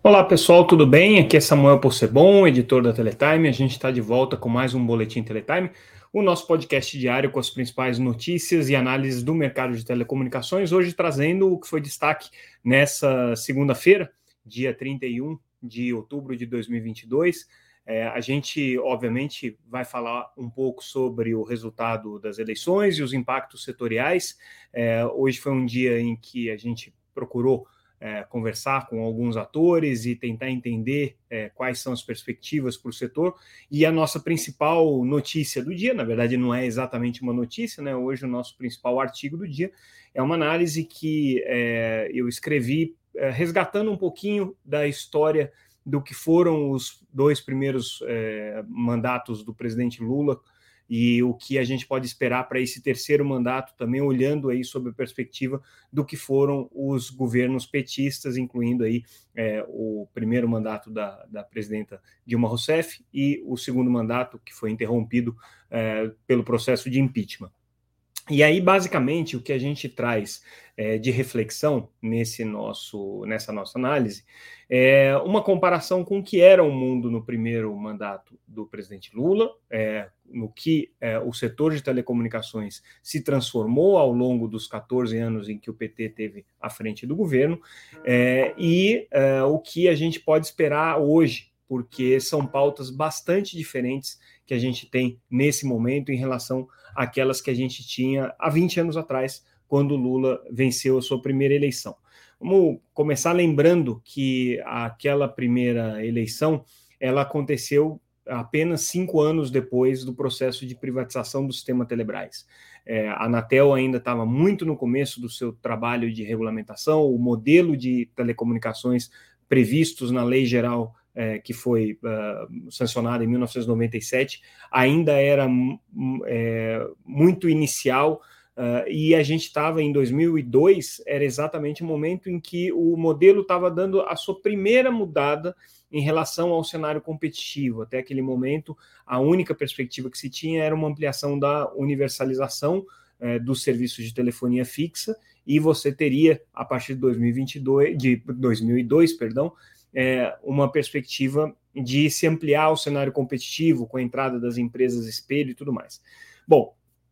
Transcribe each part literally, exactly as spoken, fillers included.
Olá pessoal, tudo bem? Aqui é Samuel Possebon, editor da Teletime. A gente está de volta com mais um Boletim Teletime, o nosso podcast diário com as principais notícias e análises do mercado de telecomunicações. Hoje trazendo o que foi destaque nessa segunda-feira, dia trinta e um de outubro de dois mil e vinte e dois. É, a gente, obviamente, vai falar um pouco sobre o resultado das eleições e os impactos setoriais. É, hoje foi um dia em que a gente procurou É, conversar com alguns atores e tentar entender é, quais são as perspectivas para o setor. E a nossa principal notícia do dia, na verdade não é exatamente uma notícia, né? Hoje o nosso principal artigo do dia é uma análise que é, eu escrevi é, resgatando um pouquinho da história do que foram os dois primeiros é, mandatos do presidente Lula e o que a gente pode esperar para esse terceiro mandato, também olhando aí sob a perspectiva do que foram os governos petistas, incluindo aí é, o primeiro mandato da, da presidenta Dilma Rousseff e o segundo mandato, que foi interrompido é, pelo processo de impeachment. E aí, basicamente, o que a gente traz é, de reflexão nesse nosso, nessa nossa análise é uma comparação com o que era o mundo no primeiro mandato do presidente Lula, é, no que é, o setor de telecomunicações se transformou ao longo dos quatorze anos em que o P T teve à frente do governo, é, e é, o que a gente pode esperar hoje, porque são pautas bastante diferentes que a gente tem nesse momento em relação àquelas que a gente tinha há vinte anos atrás, quando o Lula venceu a sua primeira eleição. Vamos começar lembrando que aquela primeira eleição ela aconteceu apenas cinco anos depois do processo de privatização do sistema Telebrás. É, a Anatel ainda estava muito no começo do seu trabalho de regulamentação, o modelo de telecomunicações previstos na Lei Geral É, que foi uh, sancionada em mil novecentos e noventa e sete, ainda era é, muito inicial, uh, e a gente estava em dois mil e dois, era exatamente o momento em que o modelo estava dando a sua primeira mudada em relação ao cenário competitivo. Até aquele momento, a única perspectiva que se tinha era uma ampliação da universalização é, dos serviços de telefonia fixa, e você teria, a partir de dois mil e vinte e dois, de dois mil e dois, perdão, É, uma perspectiva de se ampliar o cenário competitivo com a entrada das empresas espelho e tudo mais. Bom,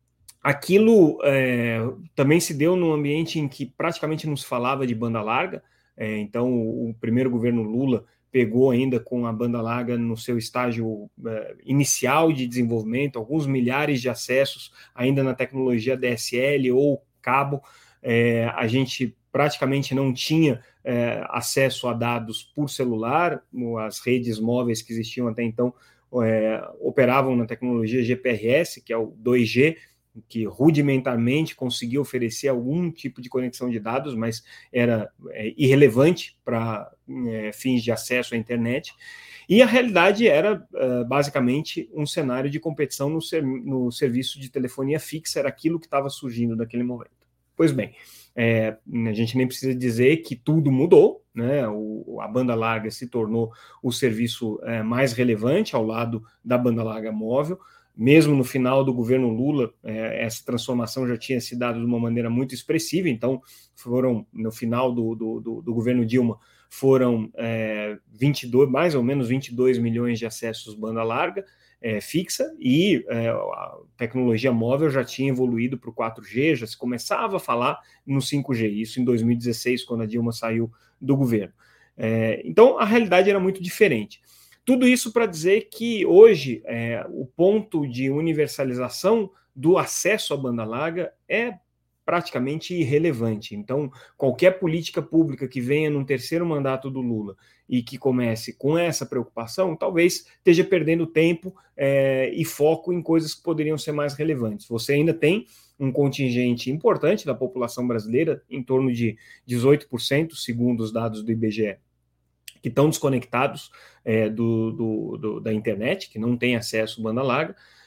aquilo é, também se deu num ambiente em que praticamente não se falava de banda larga, é, então o, o primeiro governo Lula pegou ainda com a banda larga no seu estágio é, inicial de desenvolvimento, alguns milhares de acessos ainda na tecnologia D S L ou cabo. É, a gente praticamente não tinha é, acesso a dados por celular, as redes móveis que existiam até então é, operavam na tecnologia G P R S, que é o dois G, que rudimentarmente conseguia oferecer algum tipo de conexão de dados, mas era é, irrelevante para é, fins de acesso à internet. E a realidade era uh, basicamente um cenário de competição no, ser, no serviço de telefonia fixa, era aquilo que estava surgindo naquele momento. Pois bem, é, a gente nem precisa dizer que tudo mudou, né? O, a banda larga se tornou o serviço é, mais relevante ao lado da banda larga móvel. Mesmo no final do governo Lula, é, essa transformação já tinha se dado de uma maneira muito expressiva. Então, foram, no final do, do, do, do governo Dilma, foram é, vinte e dois, mais ou menos vinte e dois milhões de acessos banda larga, É, fixa, e é, a tecnologia móvel já tinha evoluído para o quatro G, já se começava a falar no cinco G, isso em dois mil e dezesseis, quando a Dilma saiu do governo. É, então, a realidade era muito diferente. Tudo isso para dizer que hoje é, o ponto de universalização do acesso à banda larga é praticamente irrelevante. Então, qualquer política pública que venha num terceiro mandato do Lula e que comece com essa preocupação, talvez esteja perdendo tempo é, e foco em coisas que poderiam ser mais relevantes. Você ainda tem um contingente importante da população brasileira, em torno de dezoito por cento, segundo os dados do I B G E, que estão desconectados é, do, do, do, da internet, que não tem acesso à banda larga,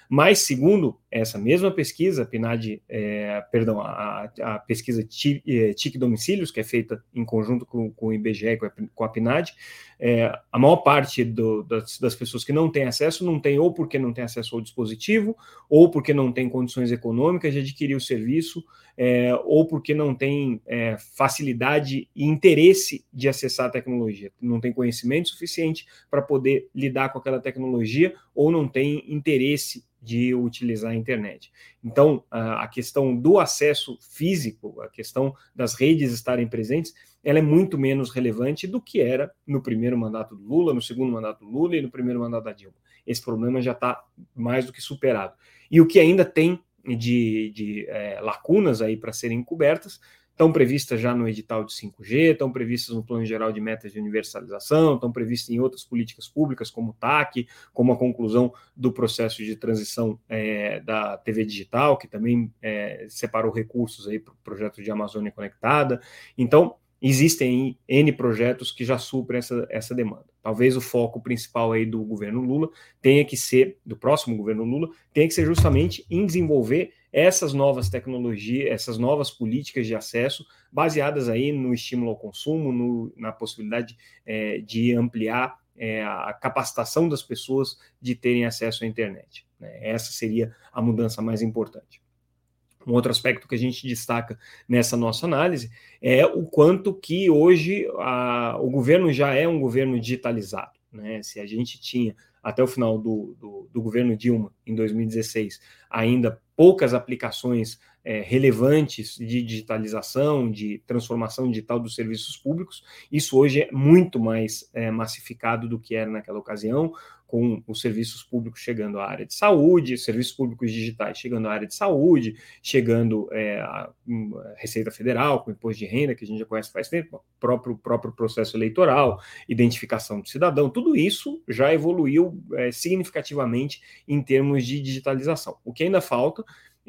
Mas, segundo essa mesma pesquisa, a PNAD, é, perdão, a, a pesquisa T I C Domicílios, que é feita em conjunto com, com o I B G E e com a, com a PNAD, é, a maior parte do, das, das pessoas que não têm acesso, não tem ou porque não tem acesso ao dispositivo, ou porque não tem condições econômicas de adquirir o serviço, é, ou porque não tem é, facilidade e interesse de acessar a tecnologia, não tem conhecimento suficiente para poder lidar com aquela tecnologia, ou não tem interesse de utilizar a internet. Então, a questão do acesso físico, a questão das redes estarem presentes, ela é muito menos relevante do que era no primeiro mandato do Lula, no segundo mandato do Lula e no primeiro mandato da Dilma. Esse problema já está mais do que superado. E o que ainda tem de, de é, lacunas aí para serem cobertas estão previstas já no edital de cinco G, estão previstas no Plano Geral de Metas de Universalização, estão previstas em outras políticas públicas, como o T A C, como a conclusão do processo de transição é, da T V digital, que também é, separou recursos para o projeto de Amazônia Conectada. Então, existem N projetos que já suprem essa, essa demanda. Talvez o foco principal aí do governo Lula tenha que ser, do próximo governo Lula, tenha que ser justamente em desenvolver essas novas tecnologias, essas novas políticas de acesso, baseadas aí no estímulo ao consumo, no, na possibilidade é, de ampliar é, a capacitação das pessoas de terem acesso à internet. Né? Essa seria a mudança mais importante. Um outro aspecto que a gente destaca nessa nossa análise é o quanto que hoje a, o governo já é um governo digitalizado. Né? Se a gente tinha, até o final do, do, do governo Dilma, em dois mil e dezesseis, ainda poucas aplicações é, relevantes de digitalização, de transformação digital dos serviços públicos, isso hoje é muito mais é, massificado do que era naquela ocasião, com os serviços públicos chegando à área de saúde, serviços públicos digitais chegando à área de saúde, chegando é, à Receita Federal, com imposto de renda, que a gente já conhece faz tempo, próprio, próprio processo eleitoral, identificação do cidadão, tudo isso já evoluiu é, significativamente em termos de digitalização. O que ainda falta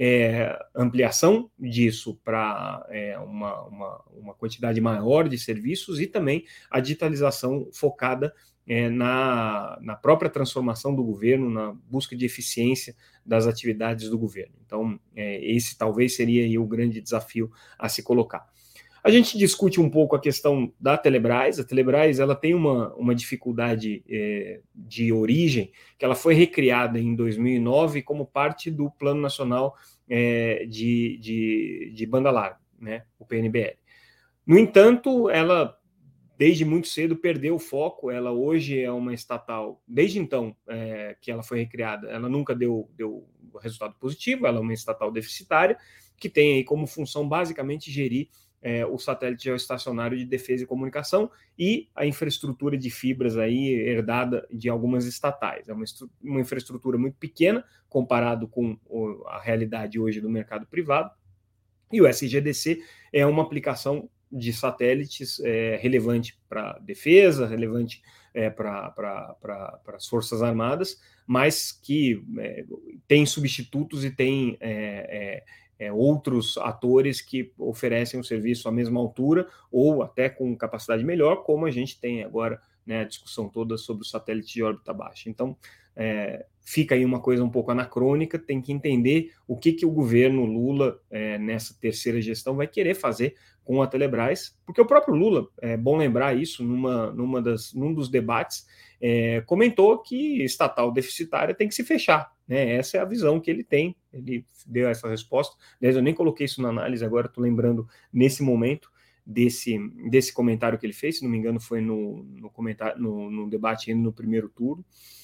é ampliação disso para é, uma, uma, uma quantidade maior de serviços e também a digitalização focada É, na, na própria transformação do governo, na busca de eficiência das atividades do governo. Então, é, esse talvez seria aí o grande desafio a se colocar. A gente discute um pouco a questão da Telebrás. A Telebrás ela tem uma, uma dificuldade é, de origem, que ela foi recriada em dois mil e nove como parte do Plano Nacional é, de, de, de Banda Larga, né, o P N B L. No entanto, ela desde muito cedo perdeu o foco. Ela hoje é uma estatal, desde então é, que ela foi recriada, ela nunca deu, deu resultado positivo, ela é uma estatal deficitária, que tem aí como função basicamente gerir é, o satélite geoestacionário de defesa e comunicação e a infraestrutura de fibras aí herdada de algumas estatais. É uma, uma infraestrutura muito pequena comparado com o, a realidade hoje do mercado privado, e o S G D C é uma aplicação de satélites é, relevante para defesa, relevante é, para pra, as Forças Armadas, mas que é, tem substitutos e tem é, é, é, outros atores que oferecem um serviço à mesma altura ou até com capacidade melhor, como a gente tem agora, né, a discussão toda sobre o satélite de órbita baixa. Então, é, fica aí uma coisa um pouco anacrônica, tem que entender o que, que o governo Lula, é, nessa terceira gestão, vai querer fazer com a Telebrás, porque o próprio Lula, é bom lembrar isso, numa, numa das, num dos debates, é, comentou que estatal deficitária tem que se fechar. Né? Essa é a visão que ele tem, ele deu essa resposta. Aliás, eu nem coloquei isso na análise, agora estou lembrando nesse momento, Desse, desse comentário que ele fez, se não me engano, foi no, no, comentário, no, no debate ainda no primeiro turno.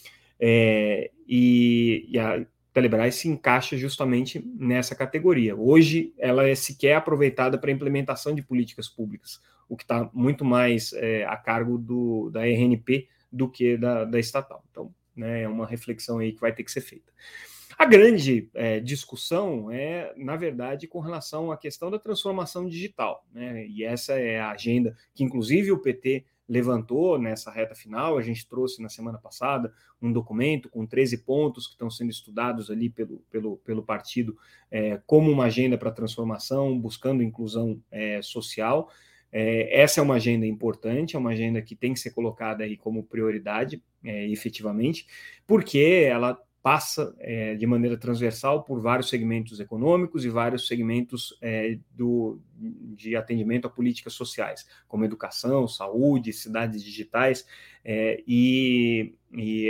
É, e, e a Telebrás se encaixa justamente nessa categoria. Hoje, ela é sequer aproveitada para implementação de políticas públicas, o que está muito mais é, a cargo do, da R N P do que da, da estatal. Então, né, é uma reflexão aí que vai ter que ser feita. A grande é, discussão é, na verdade, com relação à questão da transformação digital, né? E essa é a agenda que, inclusive, o P T levantou nessa reta final. A gente trouxe na semana passada um documento com treze pontos que estão sendo estudados ali pelo, pelo, pelo partido é, como uma agenda para transformação, buscando inclusão é, social. É, essa é uma agenda importante, é uma agenda que tem que ser colocada aí como prioridade, é, efetivamente, porque ela passa é, de maneira transversal por vários segmentos econômicos e vários segmentos é, do, de atendimento a políticas sociais, como educação, saúde, cidades digitais, é, e, e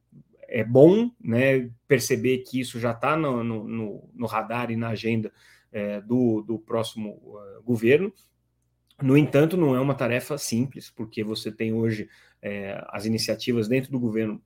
é bom, né, perceber que isso já está no, no, no radar e na agenda é, do, do próximo uh, governo. No entanto, não é uma tarefa simples, porque você tem hoje é, as iniciativas dentro do governo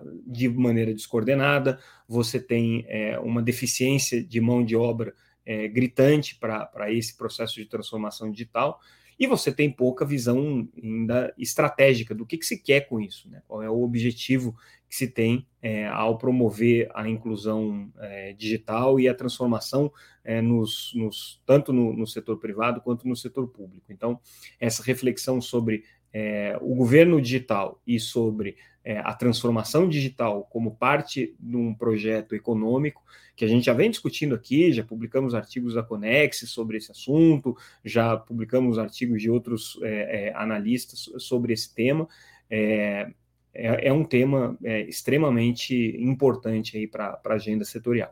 de maneira descoordenada, você tem é, uma deficiência de mão de obra é, gritante para esse processo de transformação digital, e você tem pouca visão ainda estratégica do que, que se quer com isso, né? Qual é o objetivo que se tem é, ao promover a inclusão é, digital e a transformação é, nos, nos, tanto no, no setor privado quanto no setor público. Então, essa reflexão sobre é, o governo digital e sobre é, a transformação digital como parte de um projeto econômico que a gente já vem discutindo aqui, já publicamos artigos da Conex sobre esse assunto, já publicamos artigos de outros é, é, analistas sobre esse tema. É, é, é um tema é, extremamente importante para a agenda setorial.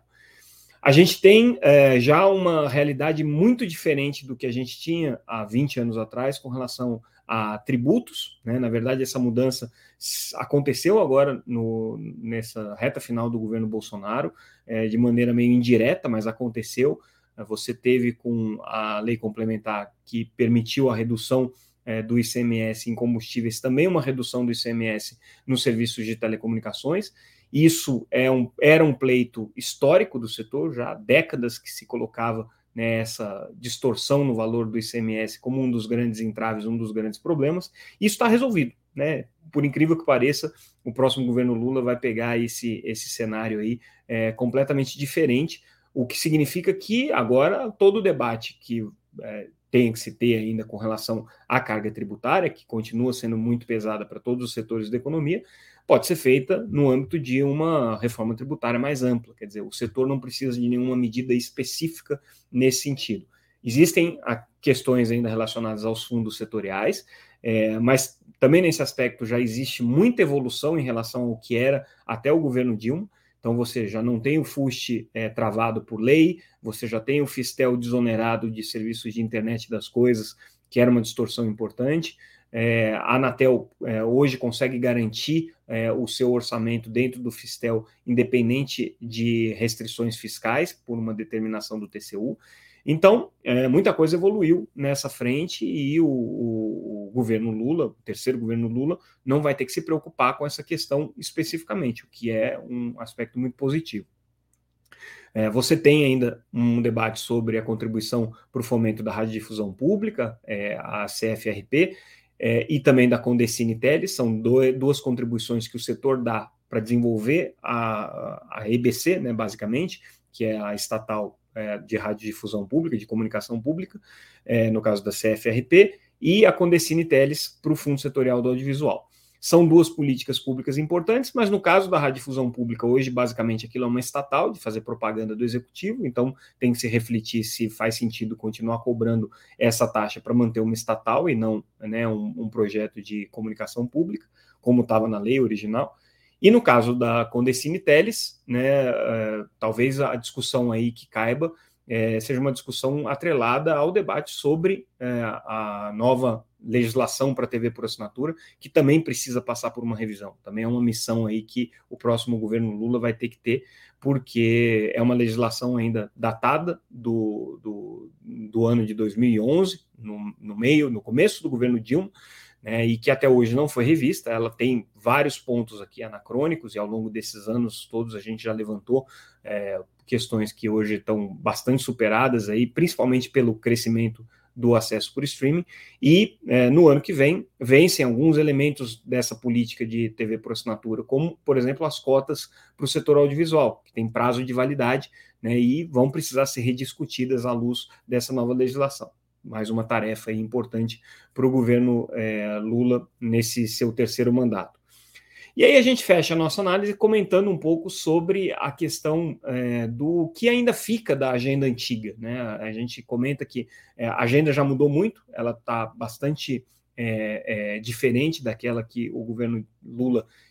A gente tem é, já uma realidade muito diferente do que a gente tinha há vinte anos atrás com relação a tributos, né? Na verdade, essa mudança aconteceu agora no, nessa reta final do governo Bolsonaro, é, de maneira meio indireta, mas aconteceu. Você teve com a lei complementar que permitiu a redução é, do I C M S em combustíveis, também uma redução do I C M S nos serviços de telecomunicações. Isso é um, era um pleito histórico do setor, já há décadas que se colocava nessa distorção no valor do I C M S como um dos grandes entraves, um dos grandes problemas. Isso está resolvido, né? Por incrível que pareça, o próximo governo Lula vai pegar esse, esse cenário aí é, completamente diferente, o que significa que agora todo o debate que é, tem que se ter ainda com relação à carga tributária, que continua sendo muito pesada para todos os setores da economia, pode ser feita no âmbito de uma reforma tributária mais ampla. Quer dizer, o setor não precisa de nenhuma medida específica nesse sentido. Existem questões ainda relacionadas aos fundos setoriais, é, mas também nesse aspecto já existe muita evolução em relação ao que era até o governo Dilma. Então, você já não tem o FUST é, travado por lei, você já tem o Fistel desonerado de serviços de internet das coisas, que era uma distorção importante. É, a Anatel é, hoje consegue garantir é, o seu orçamento dentro do Fistel, independente de restrições fiscais, por uma determinação do T C U. Então, é, muita coisa evoluiu nessa frente e o, o, o governo Lula, o terceiro governo Lula, não vai ter que se preocupar com essa questão especificamente, o que é um aspecto muito positivo. É, você tem ainda um debate sobre a contribuição para o fomento da radiodifusão pública, é, a C F R P, é, e também da Condecine Teles, são do, duas contribuições que o setor dá para desenvolver a, a E B C, né, basicamente, que é a estatal é, de radiodifusão pública, de comunicação pública, é, no caso da C F R P, e a Condecine Teles para o Fundo Setorial do Audiovisual. São duas políticas públicas importantes, mas no caso da radiodifusão pública, hoje, basicamente, aquilo é uma estatal de fazer propaganda do executivo, então tem que se refletir se faz sentido continuar cobrando essa taxa para manter uma estatal e não, né, um, um projeto de comunicação pública, como estava na lei original. E no caso da Condecine Teles, né, uh, talvez a discussão aí que caiba é, seja uma discussão atrelada ao debate sobre é, a nova legislação para T V por assinatura, que também precisa passar por uma revisão. Também é uma missão aí que o próximo governo Lula vai ter que ter, porque é uma legislação ainda datada do, do, do ano de dois mil e onze, no, no meio, no começo do governo Dilma, né, e que até hoje não foi revista. Ela tem vários pontos aqui anacrônicos, e ao longo desses anos todos a gente já levantou é, questões que hoje estão bastante superadas, aí, principalmente pelo crescimento do acesso por streaming, e é, no ano que vem vencem alguns elementos dessa política de T V por assinatura, como, por exemplo, as cotas para o setor audiovisual, que tem prazo de validade, né, e vão precisar ser rediscutidas à luz dessa nova legislação. Mais uma tarefa aí importante para o governo é, Lula nesse seu terceiro mandato. E aí a gente fecha a nossa análise comentando um pouco sobre a questão é, do que ainda fica da agenda antiga, né? A gente comenta que é, a agenda já mudou muito, ela está bastante é, é, diferente daquela que o governo Lula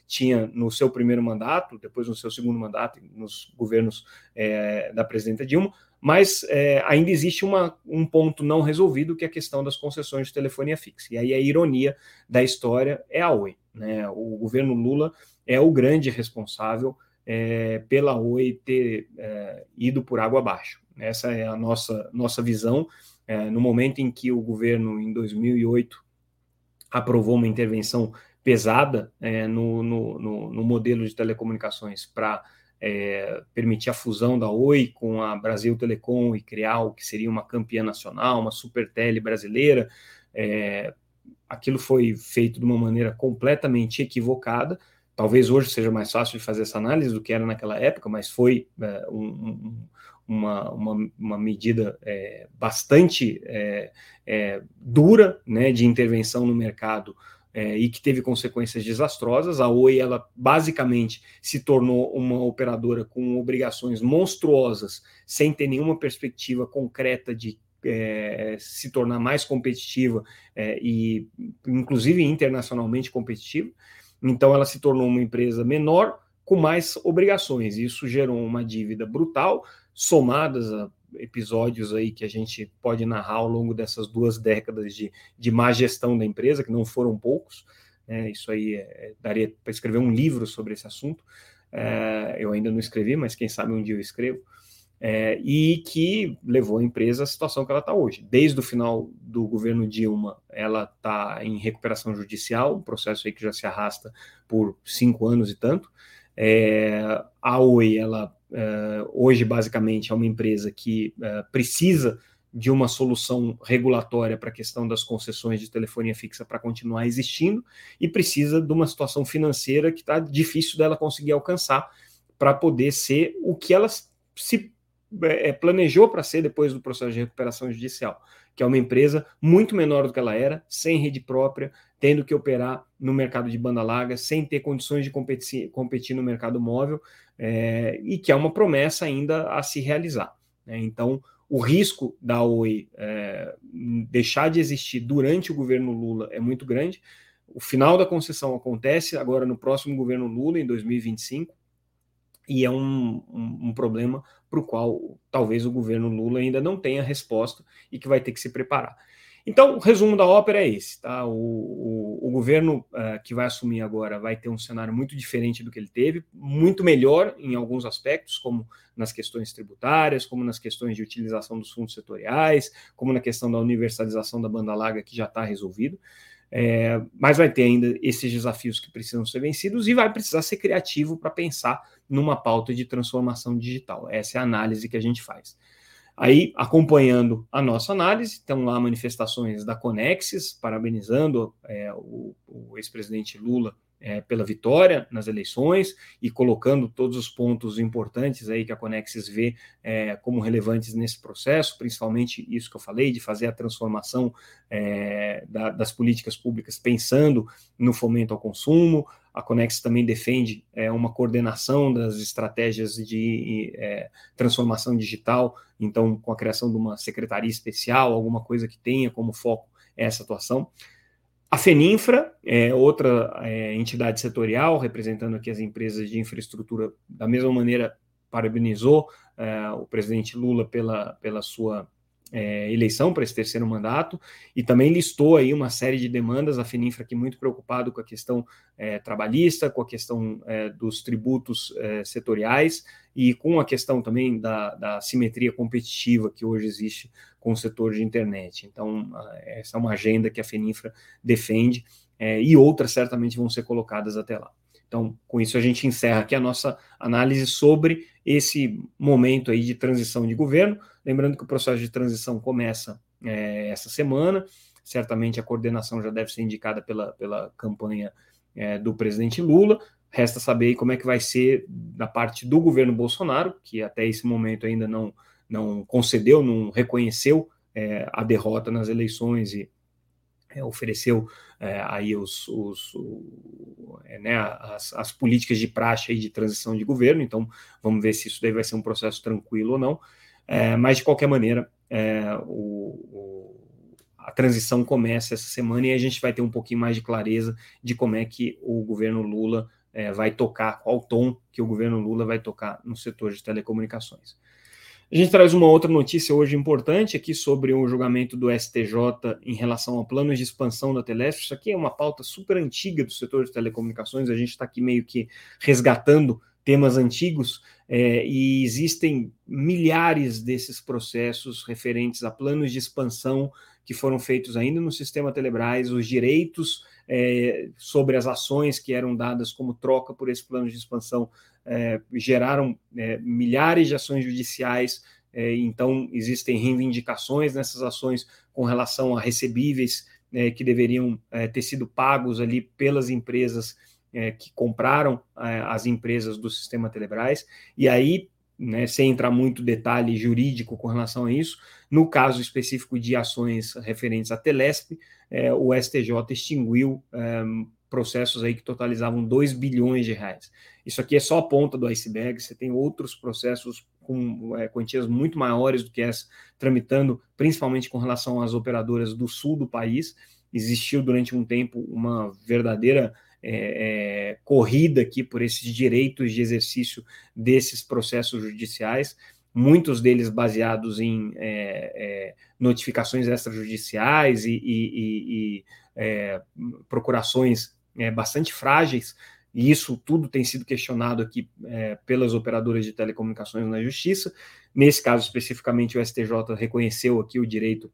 tinha no seu primeiro mandato, depois no seu segundo mandato, nos governos é, da presidenta Dilma, mas é, ainda existe uma, um ponto não resolvido, que é a questão das concessões de telefonia fixa. E aí a ironia da história é a Oi, né? O governo Lula é o grande responsável é, pela Oi ter é, ido por água abaixo. Essa é a nossa, nossa visão. É, no momento em que o governo, em dois mil e oito, aprovou uma intervenção pesada é, no, no, no, no modelo de telecomunicações para é, permitir a fusão da Oi com a Brasil Telecom e criar o que seria uma campeã nacional, uma super tele brasileira. É, aquilo foi feito de uma maneira completamente equivocada. Talvez hoje seja mais fácil de fazer essa análise do que era naquela época, mas foi é, um, um, uma, uma, uma medida é, bastante é, é, dura, né, de intervenção no mercado, é, e que teve consequências desastrosas. A Oi, ela basicamente se tornou uma operadora com obrigações monstruosas, sem ter nenhuma perspectiva concreta de é, se tornar mais competitiva é, e, inclusive, internacionalmente competitiva. Então, ela se tornou uma empresa menor com mais obrigações. Isso gerou uma dívida brutal, somadas a episódios aí que a gente pode narrar ao longo dessas duas décadas de, de má gestão da empresa, que não foram poucos. É, isso aí é, daria para escrever um livro sobre esse assunto. É, eu ainda não escrevi, mas quem sabe um dia eu escrevo. É, e que levou a empresa à situação que ela está hoje. Desde o final do governo Dilma, ela está em recuperação judicial, um processo aí que já se arrasta por cinco anos e tanto. É, a Oi, ela é, hoje basicamente é uma empresa que é, precisa de uma solução regulatória para a questão das concessões de telefonia fixa para continuar existindo, e precisa de uma situação financeira que está difícil dela conseguir alcançar para poder ser o que ela se é, planejou para ser depois do processo de recuperação judicial, que é uma empresa muito menor do que ela era, sem rede própria, tendo que operar no mercado de banda larga, sem ter condições de competir, competir no mercado móvel, é, e que é uma promessa ainda a se realizar. Né? Então, o risco da Oi é, deixar de existir durante o governo Lula é muito grande. O final da concessão acontece agora no próximo governo Lula, em dois mil e vinte e cinco, e é um, um, um problema para o qual talvez o governo Lula ainda não tenha resposta e que vai ter que se preparar. Então, o resumo da ópera é esse. Tá? O, o, o governo uh, que vai assumir agora vai ter um cenário muito diferente do que ele teve, muito melhor em alguns aspectos, como nas questões tributárias, como nas questões de utilização dos fundos setoriais, como na questão da universalização da banda larga, que já está resolvido. É, mas vai ter ainda esses desafios que precisam ser vencidos e vai precisar ser criativo para pensar numa pauta de transformação digital. Essa é a análise que a gente faz. Aí, acompanhando a nossa análise, estão lá manifestações da Conexis, parabenizando é, o, o ex-presidente Lula é, pela vitória nas eleições e colocando todos os pontos importantes aí que a Conexis vê é, como relevantes nesse processo, principalmente isso que eu falei, de fazer a transformação é, da, das políticas públicas pensando no fomento ao consumo. A Conexis também defende é, uma coordenação das estratégias de é, transformação digital, então com a criação de uma secretaria especial, alguma coisa que tenha como foco essa atuação. A Feninfra é outra é, entidade setorial, representando aqui as empresas de infraestrutura, da mesma maneira parabenizou é, o presidente Lula pela, pela sua é, eleição para esse terceiro mandato, e também listou aí uma série de demandas. A Feninfra aqui muito preocupado com a questão é, trabalhista, com a questão é, dos tributos é, setoriais e com a questão também da, da simetria competitiva que hoje existe com o setor de internet. Então, essa é uma agenda que a Feninfra defende é, e outras certamente vão ser colocadas até lá. Então, com isso a gente encerra aqui a nossa análise sobre esse momento aí de transição de governo. Lembrando que o processo de transição começa é, essa semana, certamente a coordenação já deve ser indicada pela, pela campanha é, do presidente Lula. Resta saber como é que vai ser da parte do governo Bolsonaro, que até esse momento ainda não, não concedeu, não reconheceu é, a derrota nas eleições e é, ofereceu é, aí os, os, o, é, né, as, as políticas de praxe aí de transição de governo. Então vamos ver se isso daí vai ser um processo tranquilo ou não, é, mas de qualquer maneira é, o, o, a transição começa essa semana e a gente vai ter um pouquinho mais de clareza de como é que o governo Lula é, vai tocar, qual tom que o governo Lula vai tocar no setor de telecomunicações. A gente traz uma outra notícia hoje importante aqui sobre o julgamento do S T J em relação a planos de expansão da Telesp. Isso aqui é uma pauta super antiga do setor de telecomunicações, a gente está aqui meio que resgatando temas antigos, é, e existem milhares desses processos referentes a planos de expansão que foram feitos ainda no sistema Telebrás, os direitos é, sobre as ações que eram dadas como troca por esse plano de expansão é, geraram é, milhares de ações judiciais, é, então existem reivindicações nessas ações com relação a recebíveis é, que deveriam é, ter sido pagos ali pelas empresas É, que compraram é, as empresas do sistema Telebrás, e aí, né, sem entrar muito detalhe jurídico com relação a isso, no caso específico de ações referentes à Telesp, é, o S T J extinguiu é, processos aí que totalizavam dois bilhões de reais. Isso aqui é só a ponta do iceberg, você tem outros processos com é, quantias muito maiores do que essa, tramitando principalmente com relação às operadoras do sul do país. Existiu durante um tempo uma verdadeira É, é, corrida aqui por esses direitos de exercício desses processos judiciais, muitos deles baseados em é, é, notificações extrajudiciais e, e, e, e é, procurações é, bastante frágeis, e isso tudo tem sido questionado aqui é, pelas operadoras de telecomunicações na justiça. Nesse caso especificamente, o S T J reconheceu aqui o direito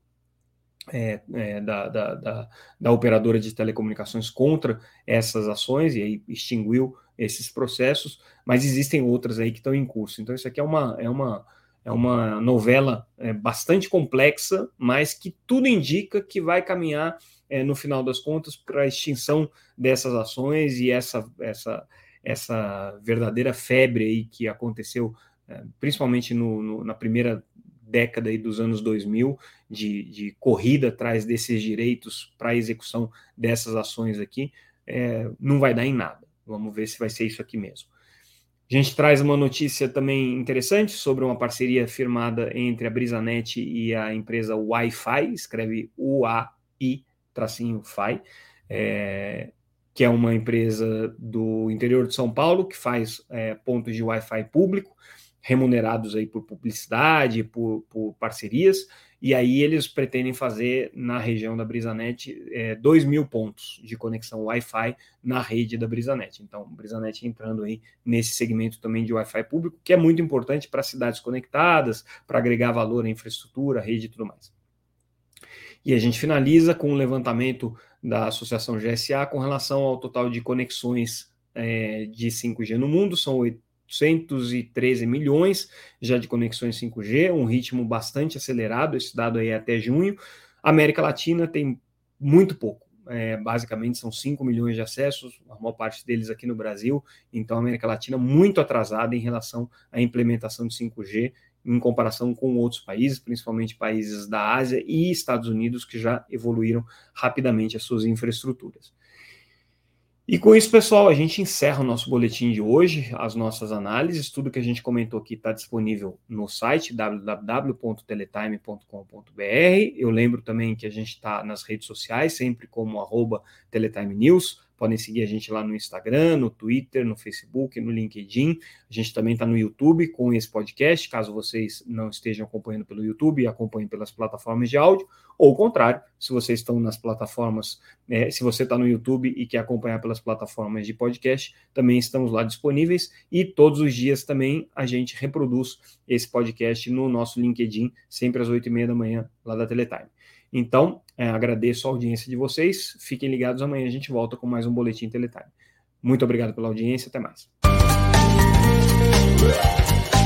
É, é, da, da, da, da operadora de telecomunicações contra essas ações, e aí extinguiu esses processos, mas existem outras aí que estão em curso. Então isso aqui é uma, é uma, é uma novela é, bastante complexa, mas que tudo indica que vai caminhar, é, no final das contas, para a extinção dessas ações e essa, essa, essa verdadeira febre aí que aconteceu, é, principalmente no, no, na primeira década aí dos anos dois mil, de, de corrida atrás desses direitos para a execução dessas ações aqui, é, não vai dar em nada. Vamos ver se vai ser isso aqui mesmo. A gente traz uma notícia também interessante sobre uma parceria firmada entre a Brisanet e a empresa Wi-Fi, escreve U A I tracinho F I, é, que é uma empresa do interior de São Paulo, que faz é, pontos de Wi-Fi público, remunerados aí por publicidade, por, por parcerias, e aí eles pretendem fazer na região da Brisanet é, dois mil pontos de conexão Wi-Fi na rede da Brisanet. Então, a Brisanet entrando aí nesse segmento também de Wi-Fi público, que é muito importante para cidades conectadas, para agregar valor à infraestrutura, rede e tudo mais. E a gente finaliza com um levantamento da Associação G S A com relação ao total de conexões é, de cinco G no mundo, são oitocentos e treze milhões já de conexões cinco G, um ritmo bastante acelerado, esse dado aí é até junho. A América Latina tem muito pouco, é, basicamente são cinco milhões de acessos, a maior parte deles aqui no Brasil, então a América Latina muito atrasada em relação à implementação de cinco G, em comparação com outros países, principalmente países da Ásia e Estados Unidos, que já evoluíram rapidamente as suas infraestruturas. E com isso, pessoal, a gente encerra o nosso boletim de hoje, as nossas análises, tudo que a gente comentou aqui está disponível no site w w w ponto teletime ponto com ponto b r. Eu lembro também que a gente está nas redes sociais, sempre como arroba Teletime News. Podem seguir a gente lá no Instagram, no Twitter, no Facebook, no LinkedIn. A gente também está no YouTube com esse podcast, caso vocês não estejam acompanhando pelo YouTube e acompanhem pelas plataformas de áudio. Ou o contrário, se vocês estão nas plataformas, é, se você está no YouTube e quer acompanhar pelas plataformas de podcast, também estamos lá disponíveis. E todos os dias também a gente reproduz esse podcast no nosso LinkedIn, sempre às oito e meia da manhã, lá da Teletime. Então, é, agradeço a audiência de vocês, fiquem ligados, amanhã a gente volta com mais um Boletim Teletime. Muito obrigado pela audiência, até mais.